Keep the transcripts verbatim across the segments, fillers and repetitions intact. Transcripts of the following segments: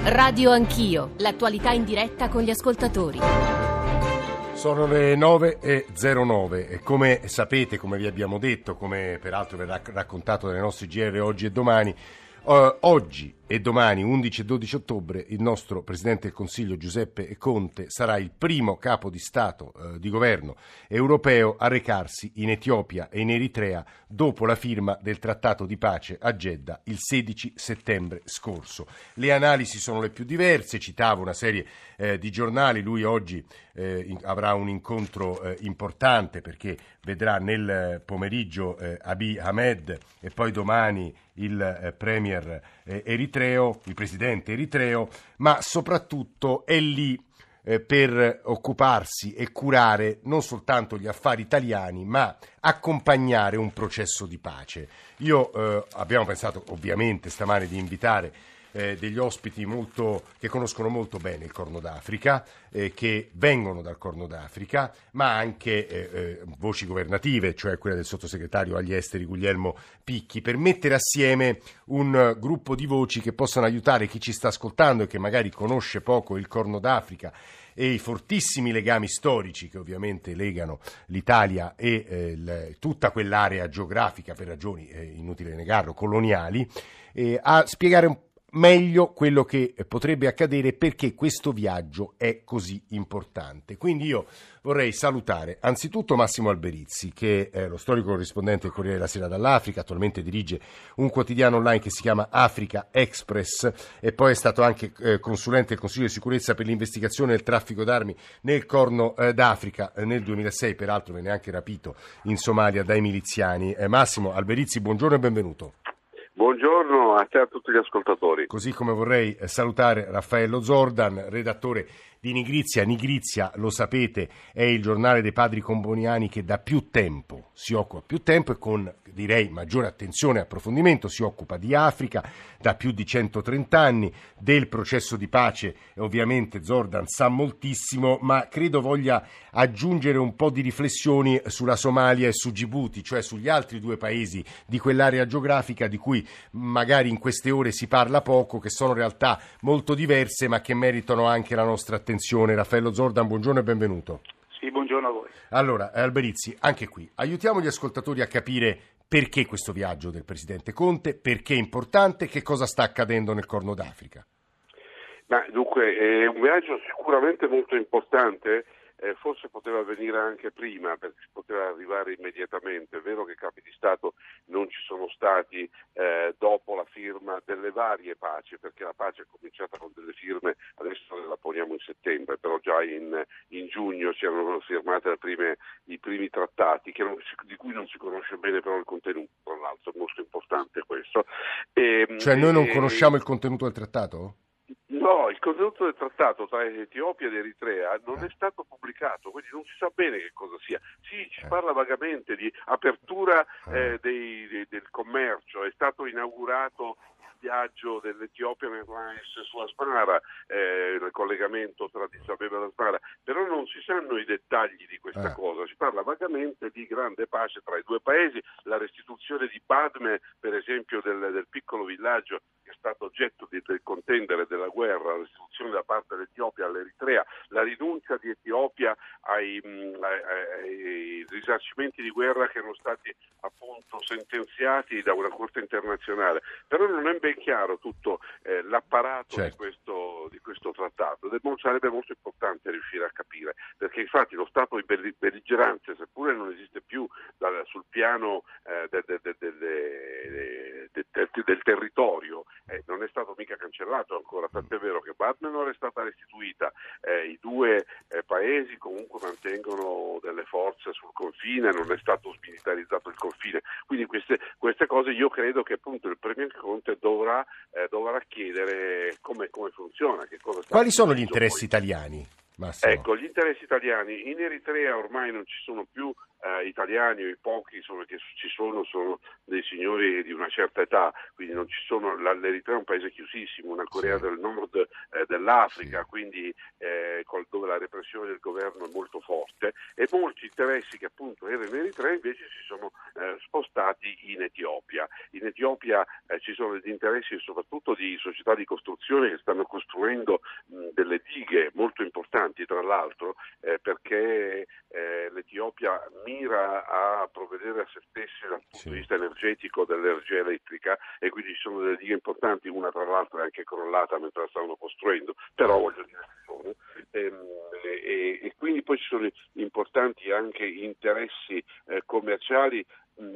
Radio Anch'io, l'attualità in diretta con gli ascoltatori. Sono le nove e zero nove e come sapete, come vi abbiamo detto, come peraltro verrà raccontato dai nostri G R oggi e domani, Uh, oggi e domani, undici e dodici ottobre, il nostro Presidente del Consiglio Giuseppe Conte sarà il primo capo di Stato uh, di governo europeo a recarsi in Etiopia e in Eritrea dopo la firma del Trattato di pace a Jeddah il sedici settembre scorso. Le analisi sono le più diverse, citavo una serie eh, di giornali. Lui oggi eh, in, avrà un incontro eh, importante perché vedrà nel pomeriggio eh, Abiy Ahmed e poi domani il eh, premier eh, eritreo, il presidente eritreo, ma soprattutto è lì eh, per occuparsi e curare non soltanto gli affari italiani, ma accompagnare un processo di pace. Io eh, abbiamo pensato ovviamente stamane di invitare Eh, degli ospiti molto, che conoscono molto bene il Corno d'Africa, eh, che vengono dal Corno d'Africa, ma anche eh, eh, voci governative, cioè quella del sottosegretario agli esteri Guglielmo Picchi, per mettere assieme un uh, gruppo di voci che possano aiutare chi ci sta ascoltando e che magari conosce poco il Corno d'Africa e i fortissimi legami storici che ovviamente legano l'Italia e eh, il, tutta quell'area geografica, per ragioni, eh, inutile negarlo, coloniali, eh, a spiegare un meglio quello che potrebbe accadere e perché questo viaggio è così importante. Quindi io vorrei salutare anzitutto Massimo Alberizzi, che è lo storico corrispondente del Corriere della Sera dall'Africa, attualmente dirige un quotidiano online che si chiama Africa Express e poi è stato anche eh, consulente del Consiglio di sicurezza per l'investigazione del traffico d'armi nel Corno eh, d'Africa eh, nel duemilasei, peraltro venne anche rapito in Somalia dai miliziani. Eh, Massimo Alberizzi, buongiorno e benvenuto. Buongiorno a te e a tutti gli ascoltatori. Così come vorrei salutare Raffaello Zordan, redattore di Nigrizia. Nigrizia, lo sapete, è il giornale dei padri comboniani che da più tempo si occupa, più tempo e con, direi, maggiore attenzione e approfondimento, si occupa di Africa da più di centotrenta anni, del processo di pace. Ovviamente Zordan sa moltissimo, ma credo voglia aggiungere un po' di riflessioni sulla Somalia e su Gibuti, cioè sugli altri due paesi di quell'area geografica di cui magari in queste ore si parla poco, che sono realtà molto diverse ma che meritano anche la nostra attenzione. Raffaello Zordan, buongiorno e benvenuto. Sì, buongiorno a voi. Allora, Alberizzi, anche qui aiutiamo gli ascoltatori a capire perché questo viaggio del Presidente Conte, perché è importante, che cosa sta accadendo nel Corno d'Africa. Ma, dunque, è un viaggio sicuramente molto importante. Eh, forse poteva avvenire anche prima, perché si poteva arrivare immediatamente. È vero che capi di Stato non ci sono stati eh, dopo la firma delle varie paci, perché la pace è cominciata con delle firme, adesso la poniamo in settembre, però già in, in giugno si erano firmate le prime, i primi trattati, che non, di cui non si conosce bene però il contenuto, tra l'altro è molto importante questo. E, cioè noi non e, conosciamo il contenuto del trattato? No, il contenuto del trattato tra Etiopia ed Eritrea non è stato pubblicato, quindi non si sa bene che cosa sia. Sì, ci parla vagamente di apertura eh, dei, dei, del commercio, è stato inaugurato il viaggio dell'Ethiopian Airlines su Asmara, eh, il collegamento tra Addis Abeba e Asmara, però non si sanno i dettagli di questa eh. cosa, si parla vagamente di grande pace tra i due paesi, la restituzione di Badme, per esempio del, del piccolo villaggio che è stato oggetto di, del contendere della guerra, la restituzione da parte dell'Etiopia all'Eritrea, la rinuncia di Etiopia ai, mh, ai, ai risarcimenti di guerra che erano stati appunto sentenziati da una corte internazionale, però non è ben chiaro tutto eh, l'apparato certo. di, questo, di questo trattato ed è, sarebbe molto importante riuscire a capire, perché infatti lo stato di belligeranza, seppure non esiste più da, sul piano eh, de, de, de, de, de, de, de, de, del territorio, eh, non è stato mica cancellato ancora, tant'è vero che Badme non è stata restituita, eh, i due eh, paesi comunque mantengono delle forze sul confine, non è stato smilitarizzato il confine, quindi queste, queste cose io credo che appunto il Premier Conte dovrà, eh, dovrà chiedere come, come funziona, che cosa sta Quali sono gli poi. interessi italiani? Massimo. Ecco, gli interessi italiani in Eritrea ormai non ci sono più eh, italiani, o i pochi insomma, che ci sono sono dei signori di una certa età, quindi non ci sono, l'Eritrea è un paese chiusissimo, una Corea sì. del Nord eh, dell'Africa, sì. quindi eh, col, dove la repressione del governo è molto forte, e molti interessi che appunto erano in Eritrea invece si sono eh, spostati in Etiopia. In Etiopia eh, ci sono degli interessi soprattutto di società di costruzione che stanno costruendo mh, delle dighe molto importanti, tra l'altro, eh, perché eh, l'Etiopia mira a provvedere a se stessa dal punto sì. di vista energetico dell'energia elettrica, e quindi ci sono delle dighe importanti, una tra l'altro è anche crollata mentre la stavano costruendo, però voglio dire che sono. E, e, e quindi poi ci sono importanti anche interessi eh, commerciali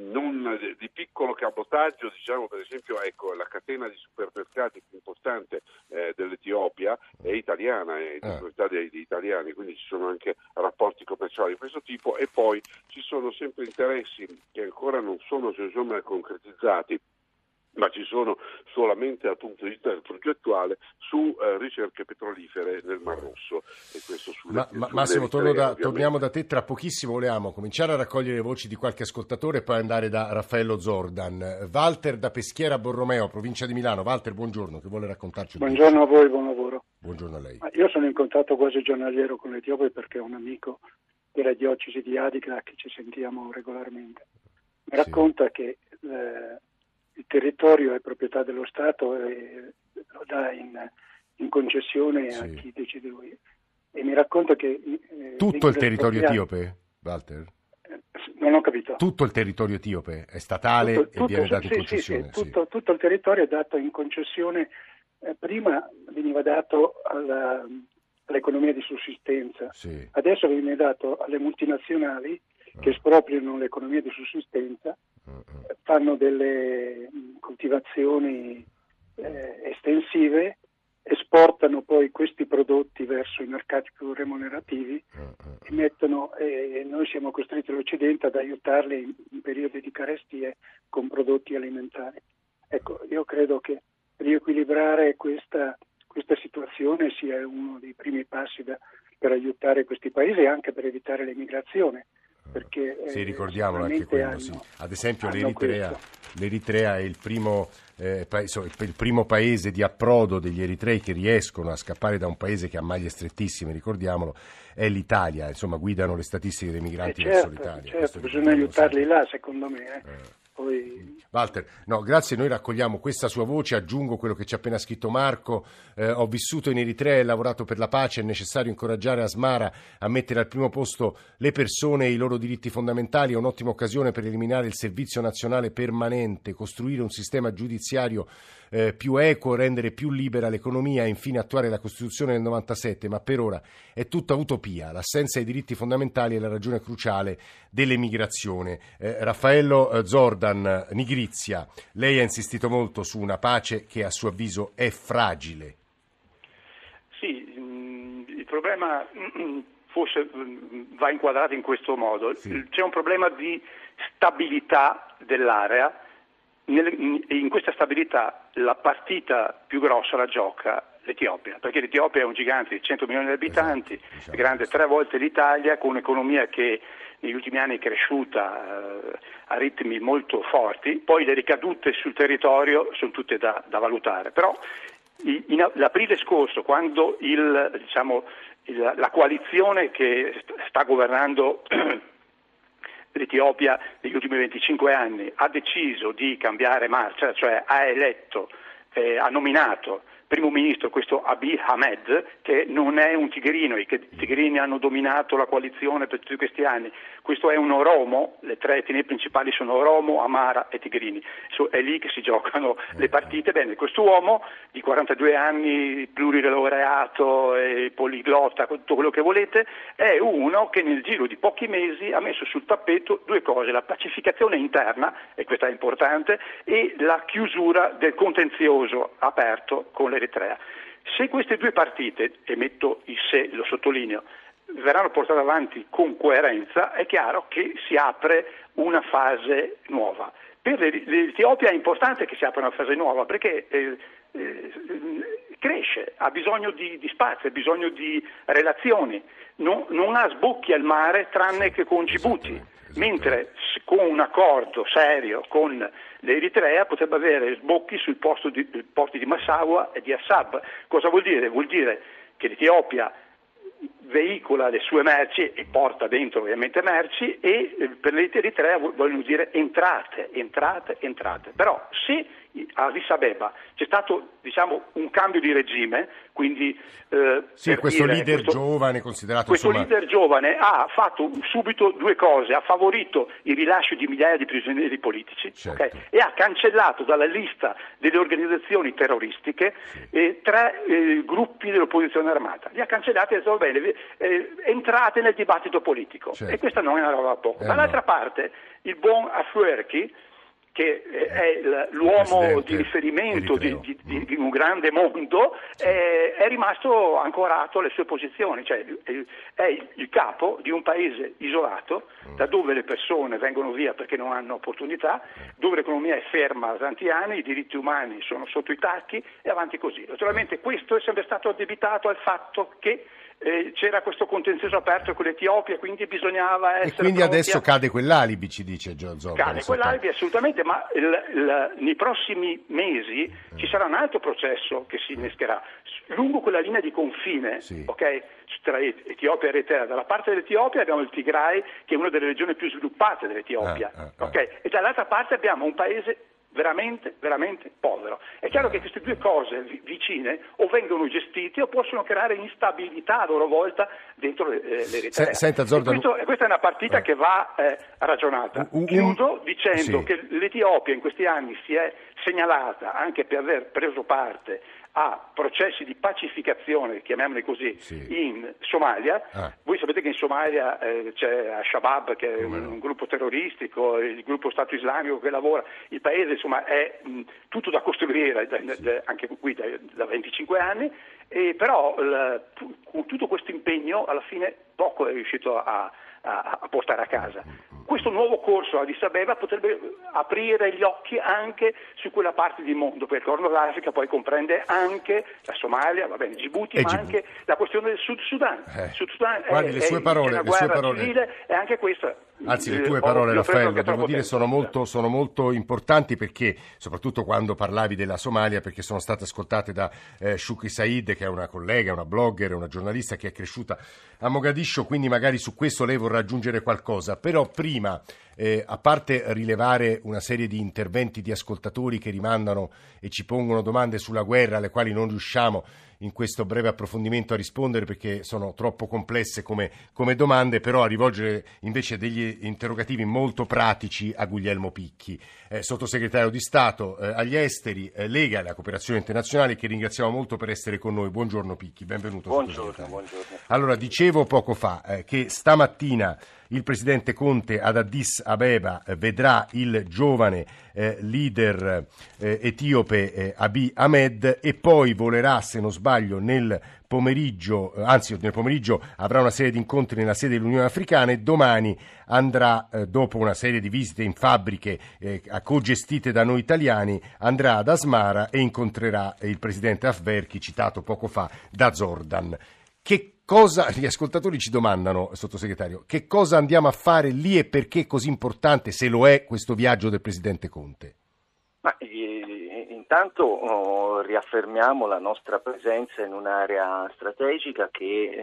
non di piccolo cabotaggio, diciamo per esempio ecco la catena di supermercati più importante eh, dell'Etiopia è italiana, è di proprietà degli italiani, quindi ci sono anche rapporti commerciali di questo tipo, e poi ci sono sempre interessi che ancora non sono insomma concretizzati, ma ci sono solamente dal punto di vista progettuale su eh, ricerche petrolifere nel Mar Rosso. E questo sulle, ma, ma, sulle Massimo, Eritrea, da, torniamo da te tra pochissimo. Volevamo cominciare a raccogliere le voci di qualche ascoltatore e poi andare da Raffaello Zordan. Walter da Peschiera Borromeo, provincia di Milano. Walter, buongiorno, che vuole raccontarci? Buongiorno a voi, buon lavoro. Buongiorno a lei. Io sono in contatto quasi giornaliero con l'Etiopia perché è un amico della diocesi di Adigrat che ci sentiamo regolarmente. Mi racconta sì. che eh, il territorio è proprietà dello Stato e lo dà in, in concessione sì. a chi decide lui. E mi racconta che... Eh, Tutto il territorio etiope, Walter? Eh, non ho capito. Tutto il territorio etiope è statale tutto, tutto, e viene dato sì, in concessione? Sì, sì, tutto, sì. tutto il territorio è dato in concessione. Eh, prima veniva dato alla, all'economia di sussistenza, sì. adesso viene dato alle multinazionali che espropriano l'economia di sussistenza, fanno delle coltivazioni eh, estensive, esportano poi questi prodotti verso i mercati più remunerativi e mettono, e noi siamo costretti all'Occidente ad aiutarli in, in periodi di carestie con prodotti alimentari. Ecco, io credo che riequilibrare questa, questa situazione sia uno dei primi passi da, per aiutare questi paesi e anche per evitare l'emigrazione. Perché, sì, ricordiamolo anche quello, hanno, sì. Ad esempio l'Eritrea, l'Eritrea è il primo, eh, pa- il primo paese di approdo degli eritrei che riescono a scappare da un paese che ha maglie strettissime, ricordiamolo, è l'Italia, insomma guidano le statistiche dei migranti eh certo, verso l'Italia. Certo, bisogna aiutarli sempre. Là secondo me. Eh. Eh. Poi... Walter, no, grazie, noi raccogliamo questa sua voce, aggiungo quello che ci ha appena scritto Marco, eh, ho vissuto in Eritrea e lavorato per la pace, è necessario incoraggiare Asmara a mettere al primo posto le persone e i loro diritti fondamentali, è un'ottima occasione per eliminare il servizio nazionale permanente, costruire un sistema giudiziario eh, più equo, rendere più libera l'economia e infine attuare la Costituzione del novantasette, ma per ora è tutta utopia, l'assenza dei diritti fondamentali è la ragione cruciale dell'emigrazione. Eh, Raffaello eh, Zordan, Nigrizia, lei ha insistito molto su una pace che a suo avviso è fragile. Sì, il problema forse va inquadrato in questo modo. Sì. C'è un problema di stabilità dell'area e in questa stabilità la partita più grossa la gioca l'Etiopia, perché l'Etiopia è un gigante di cento milioni di abitanti, esatto, diciamo è grande tre volte l'Italia, con un'economia che negli ultimi anni è cresciuta eh, a ritmi molto forti, poi le ricadute sul territorio sono tutte da, da valutare. Però in, in, l'aprile scorso, quando il, diciamo, il, la coalizione che sta governando l'Etiopia negli ultimi venticinque anni ha deciso di cambiare marcia, cioè ha eletto, eh, ha nominato primo ministro questo Abiy Ahmed, che non è un tigrino, i tigrini hanno dominato la coalizione per tutti questi anni, questo è un Oromo, le tre etnie principali sono Oromo, Amara e tigrini, è lì che si giocano le partite. Bene, questo uomo di quarantadue anni, plurilaureato e poliglotta, tutto quello che volete, è uno che nel giro di pochi mesi ha messo sul tappeto due cose, la pacificazione interna, e questa è importante, e la chiusura del contenzioso aperto con l'Eritrea. Se queste due partite, e metto il se, lo sottolineo, verranno portate avanti con coerenza, è chiaro che si apre una fase nuova. Per l'Etiopia è importante che si apra una fase nuova perché eh, eh, cresce, ha bisogno di, di spazio, ha bisogno di relazioni, non, non ha sbocchi al mare tranne che con Djibouti. mentre con un accordo serio con l'Eritrea potrebbe avere sbocchi sui porti di, porti di Massawa e di Assab. Cosa vuol dire? Vuol dire che l'Etiopia veicola le sue merci e porta dentro ovviamente merci, e per l'Eritrea vogliono dire entrate, entrate, entrate. Però se a Addis Abeba c'è stato, diciamo, un cambio di regime, quindi eh, sì, questo dire, leader questo, giovane considerato questo insomma... leader giovane ha fatto subito due cose: ha favorito il rilascio di migliaia di prigionieri politici, certo. okay? E ha cancellato dalla lista delle organizzazioni terroristiche sì. eh, tre eh, gruppi dell'opposizione armata. Li ha cancellati e ha detto: bene, eh, entrate nel dibattito politico, certo. E questa non è una roba poco. Eh, Dall'altra no. parte il buon Afwerki, che è l'uomo di riferimento di, di, di, di un grande mondo, sì. è, è rimasto ancorato alle sue posizioni, cioè è il, il capo di un paese isolato, mm. da dove le persone vengono via perché non hanno opportunità, dove l'economia è ferma da tanti anni, i diritti umani sono sotto i tacchi e avanti così. Naturalmente questo è sempre stato addebitato al fatto che Eh, c'era questo contenzioso aperto con l'Etiopia, quindi bisognava essere e quindi pronti adesso a... cade quell'alibi, ci dice John Zorba. Cade quell'alibi assolutamente, ma il, il, nei prossimi mesi mm. ci sarà un altro processo che si innescherà lungo quella linea di confine, sì. okay, tra Etiopia e Eritrea. Dalla parte dell'Etiopia abbiamo il Tigray, che è una delle regioni più sviluppate dell'Etiopia, ah, ah, okay? ah. E dall'altra parte abbiamo un paese veramente, veramente povero. È chiaro che queste due cose vicine o vengono gestite o possono creare instabilità a loro volta dentro l'Eritrea. Senta, Zordan... e questo, questa è una partita eh. che va eh, ragionata. Un, un... Chiudo dicendo sì. che l'Etiopia in questi anni si è segnalata anche per aver preso parte a processi di pacificazione, chiamiamoli così, sì. in Somalia. Ah. Voi sapete che in Somalia eh, c'è Al-Shabaab, che è un, un gruppo terroristico, il gruppo Stato Islamico che lavora. Il paese insomma è mh, tutto da costruire, da, sì. da, anche qui da, da venticinque anni, e però l, con tutto questo impegno alla fine poco è riuscito a, a, a portare a casa. Questo nuovo corso a Addis Abeba potrebbe aprire gli occhi anche su quella parte di mondo, perché il Corno d'Africa poi comprende anche la Somalia, va bene, Djibouti, e ma Djibouti. Anche la questione del Sud Sudan. Eh. Sud Sudan Guardi, è, le sue è parole, una le guerra sue parole. civile, e anche questa. Anzi, le tue parole, Raffaello, devo dire, sono molto, sono molto importanti, perché, soprattutto quando parlavi della Somalia, perché sono state ascoltate da eh, Shukri Said, che è una collega, una blogger, una giornalista che è cresciuta a Mogadiscio, quindi magari su questo lei vorrà aggiungere qualcosa. Però prima, eh, a parte rilevare una serie di interventi di ascoltatori che rimandano e ci pongono domande sulla guerra alle quali non riusciamo in questo breve approfondimento a rispondere perché sono troppo complesse come, come domande, però a rivolgere invece degli interrogativi molto pratici a Guglielmo Picchi, eh, sottosegretario di Stato eh, agli esteri, eh, Lega e alla cooperazione internazionale, che ringraziamo molto per essere con noi. Buongiorno Picchi, benvenuto. Buongiorno, buongiorno. Allora, dicevo poco fa eh, che stamattina il presidente Conte ad Addis Abeba eh, vedrà il giovane eh, leader eh, etiope eh, Abiy Ahmed, e poi volerà, se non sbaglio, nel pomeriggio, eh, anzi nel pomeriggio avrà una serie di incontri nella sede dell'Unione Africana, e domani andrà, eh, dopo una serie di visite in fabbriche eh, co-gestite da noi italiani, andrà ad Asmara e incontrerà il presidente Afwerki, citato poco fa da Zordan. Che cosa, gli ascoltatori ci domandano, sottosegretario, che cosa andiamo a fare lì e perché è così importante, se lo è, questo viaggio del presidente Conte? Ma, eh, intanto oh, riaffermiamo la nostra presenza in un'area strategica che,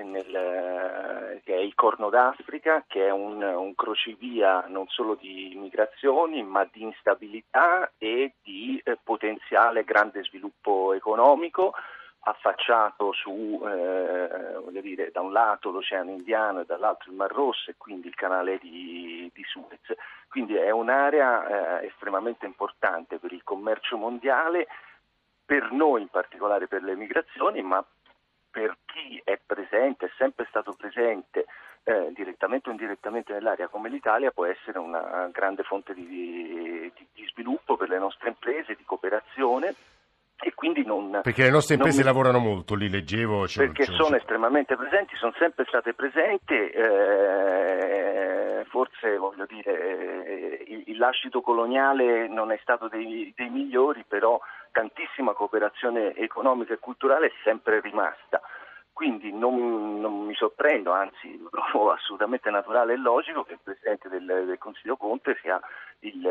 nel, che è il Corno d'Africa, che è un, un crocevia non solo di migrazioni ma di instabilità e di eh, potenziale grande sviluppo economico, affacciato su, eh, voglio dire, da un lato l'Oceano Indiano e dall'altro il Mar Rosso, e quindi il canale di, di Suez. Quindi è un'area eh, estremamente importante per il commercio mondiale, per noi in particolare per le migrazioni, ma per chi è presente, è sempre stato presente eh, direttamente o indirettamente nell'area come l'Italia, può essere una grande fonte di, di, di sviluppo per le nostre imprese, di cooperazione. E quindi non, perché le nostre imprese mi... lavorano molto, li leggevo. Cioè, perché cioè, sono cioè... estremamente presenti, sono sempre state presenti, eh, forse voglio dire eh, il, il lascito coloniale non è stato dei, dei migliori, però tantissima cooperazione economica e culturale è sempre rimasta. Quindi non, non mi sorprendo, anzi lo trovo assolutamente naturale e logico che il Presidente del, del Consiglio Conte sia il,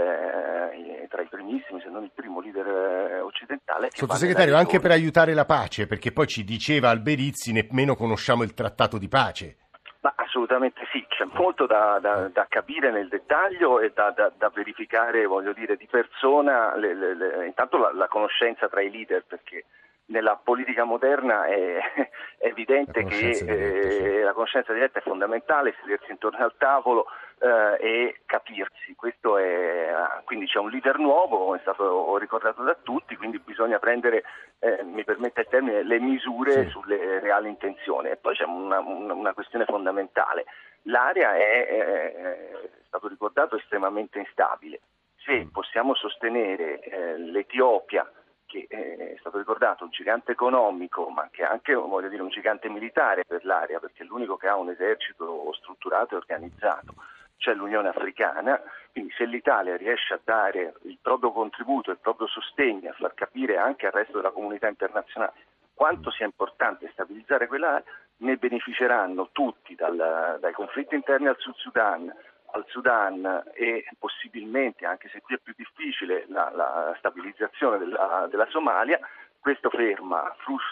eh, tra i primissimi, se non il primo leader eh, occidentale. Che Sottosegretario, anche per aiutare la pace, perché poi ci diceva Alberizi, nemmeno conosciamo il trattato di pace. Ma assolutamente sì, c'è molto da, da, da capire nel dettaglio e da, da, da verificare, voglio dire, di persona, le, le, le, intanto la, la conoscenza tra i leader, perché nella politica moderna è, è evidente che diretta, eh, sì. la conoscenza diretta è fondamentale, sedersi intorno al tavolo eh, e capirsi. Questo è, quindi c'è un leader nuovo, come è stato ricordato da tutti, quindi bisogna prendere, eh, mi permette il termine, le misure sì. sulle reali intenzioni. E poi c'è una, una, una questione fondamentale. L'area è, è, è stato ricordato, estremamente instabile. Se possiamo sostenere eh, l'Etiopia, che è stato ricordato un gigante economico, ma che è anche, voglio dire, un gigante militare per l'area, perché è l'unico che ha un esercito strutturato e organizzato, c'è l'Unione Africana. Quindi se l'Italia riesce a dare il proprio contributo, il proprio sostegno, a far capire anche al resto della comunità internazionale quanto sia importante stabilizzare quell'area, ne beneficeranno tutti, dal, dai conflitti interni al Sud Sudan, al Sudan e possibilmente, anche se qui è più difficile, la, la stabilizzazione della, della Somalia. Questo ferma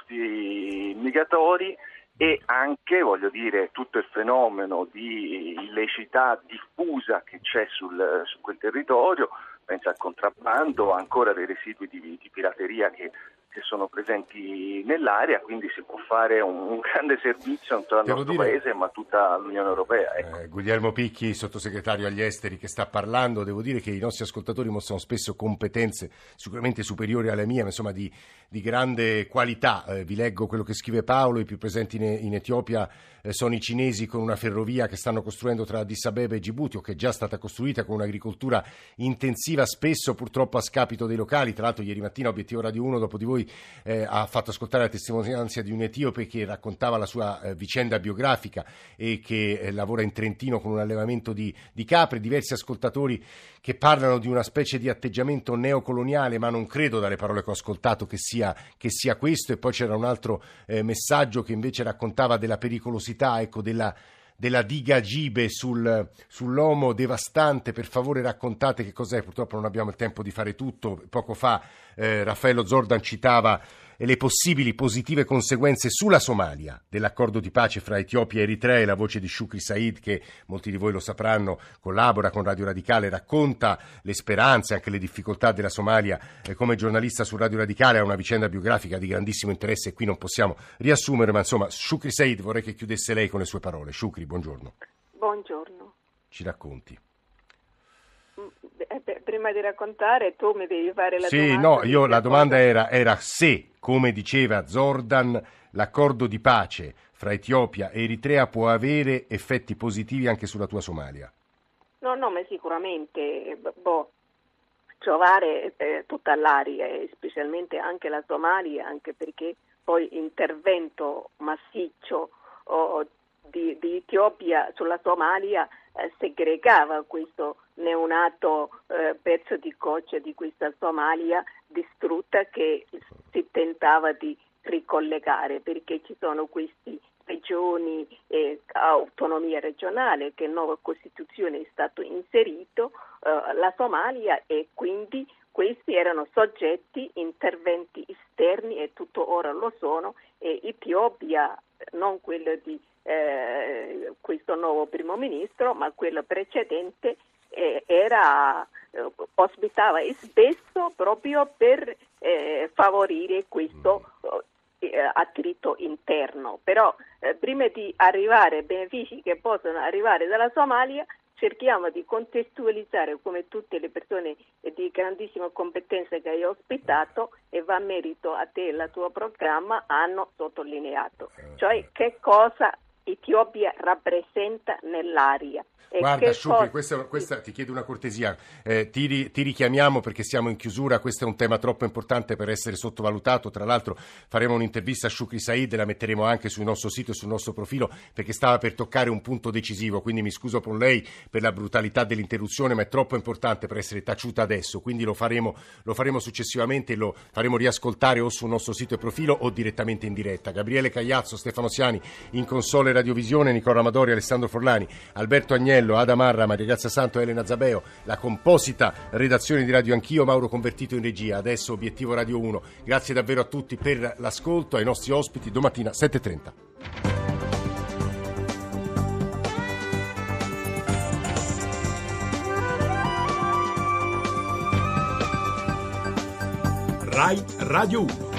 flussi migratori e anche, voglio dire, tutto il fenomeno di illecità diffusa che c'è sul, su quel territorio, pensa al contrabbando, ancora dei residui di, di pirateria che che sono presenti nell'area, quindi si può fare un, un grande servizio non solo al nostro dire, paese ma a tutta l'Unione Europea. Ecco. Eh, Guglielmo Picchi, sottosegretario agli esteri, che sta parlando, devo dire che i nostri ascoltatori mostrano spesso competenze sicuramente superiori alle mie, ma insomma di, di grande qualità. Eh, vi leggo quello che scrive Paolo: i più presenti in, in Etiopia eh, sono i cinesi, con una ferrovia che stanno costruendo tra Addis Abeba e Gibuti, o che è già stata costruita, con un'agricoltura intensiva, spesso purtroppo a scapito dei locali. Tra l'altro ieri mattina Obiettivo Radio uno, dopo di voi, Eh, ha fatto ascoltare la testimonianza di un etiope che raccontava la sua eh, vicenda biografica e che eh, lavora in Trentino con un allevamento di, di capre. Diversi ascoltatori che parlano di una specie di atteggiamento neocoloniale, ma non credo, dalle parole che ho ascoltato, che sia, che sia questo. E poi c'era un altro eh, messaggio che invece raccontava della pericolosità, ecco, della della diga Gibe sul, sull'Omo, devastante. Per favore raccontate che cos'è. Purtroppo non abbiamo il tempo di fare tutto. Poco fa eh, Raffaello Zordan citava eh, le possibili positive conseguenze sulla Somalia dell'accordo di pace fra Etiopia e Eritrea, e la voce di Shukri Said, che molti di voi lo sapranno, collabora con Radio Radicale, racconta le speranze, anche le difficoltà della Somalia. Eh, come giornalista su Radio Radicale ha una vicenda biografica di grandissimo interesse e qui non possiamo riassumere, ma insomma Shukri Said, vorrei che chiudesse lei con le sue parole. Shukri, buongiorno. Buongiorno. Ci racconti. Prima di raccontare tu mi devi fare la sì, domanda. Sì, no, io la domanda era, era se, come diceva Zordan, l'accordo di pace fra Etiopia e Eritrea può avere effetti positivi anche sulla tua Somalia. No, no, ma sicuramente boh, trovare eh, tutta l'area, e specialmente anche la Somalia, anche perché poi intervento massiccio oh, di, di Etiopia sulla Somalia eh, segregava questo neonato eh, pezzo di coccia di questa Somalia distrutta, che si tentava di ricollegare, perché ci sono questi regioni e autonomia regionale che in nuova Costituzione è stato inserito eh, la Somalia, e quindi questi erano soggetti interventi esterni e tutto ora lo sono, e Etiopia, non quello di eh, questo nuovo primo ministro, ma quello precedente, eh, era eh, ospitava spesso proprio per eh, favorire questo eh, attrito interno. Però eh, prima di arrivare ai benefici che possono arrivare dalla Somalia, cerchiamo di contestualizzare, come tutte le persone di grandissima competenza che hai ospitato, e va merito a te e al tuo programma, hanno sottolineato, cioè che cosa Etiopia rappresenta nell'aria. E Guarda Shukri, cosa... questa, questa ti chiedo una cortesia, eh, ti, ri, ti richiamiamo perché siamo in chiusura, questo è un tema troppo importante per essere sottovalutato, tra l'altro faremo un'intervista a Shukri Said, la metteremo anche sul nostro sito e sul nostro profilo perché stava per toccare un punto decisivo, quindi mi scuso con lei per la brutalità dell'interruzione, ma è troppo importante per essere taciuta adesso, quindi lo faremo, lo faremo successivamente, lo faremo riascoltare o sul nostro sito e profilo o direttamente in diretta. Gabriele Cagliazzo, Stefano Siani in console Radiovisione, Nicola Amadori, Alessandro Forlani, Alberto Agnello, Ada Marra, Maria Grazia Santo, Elena Zabeo, la composita redazione di Radio Anch'io, Mauro Convertito in regia, adesso Obiettivo Radio uno. Grazie davvero a tutti per l'ascolto, ai nostri ospiti, domattina sette e trenta. Rai Radio uno.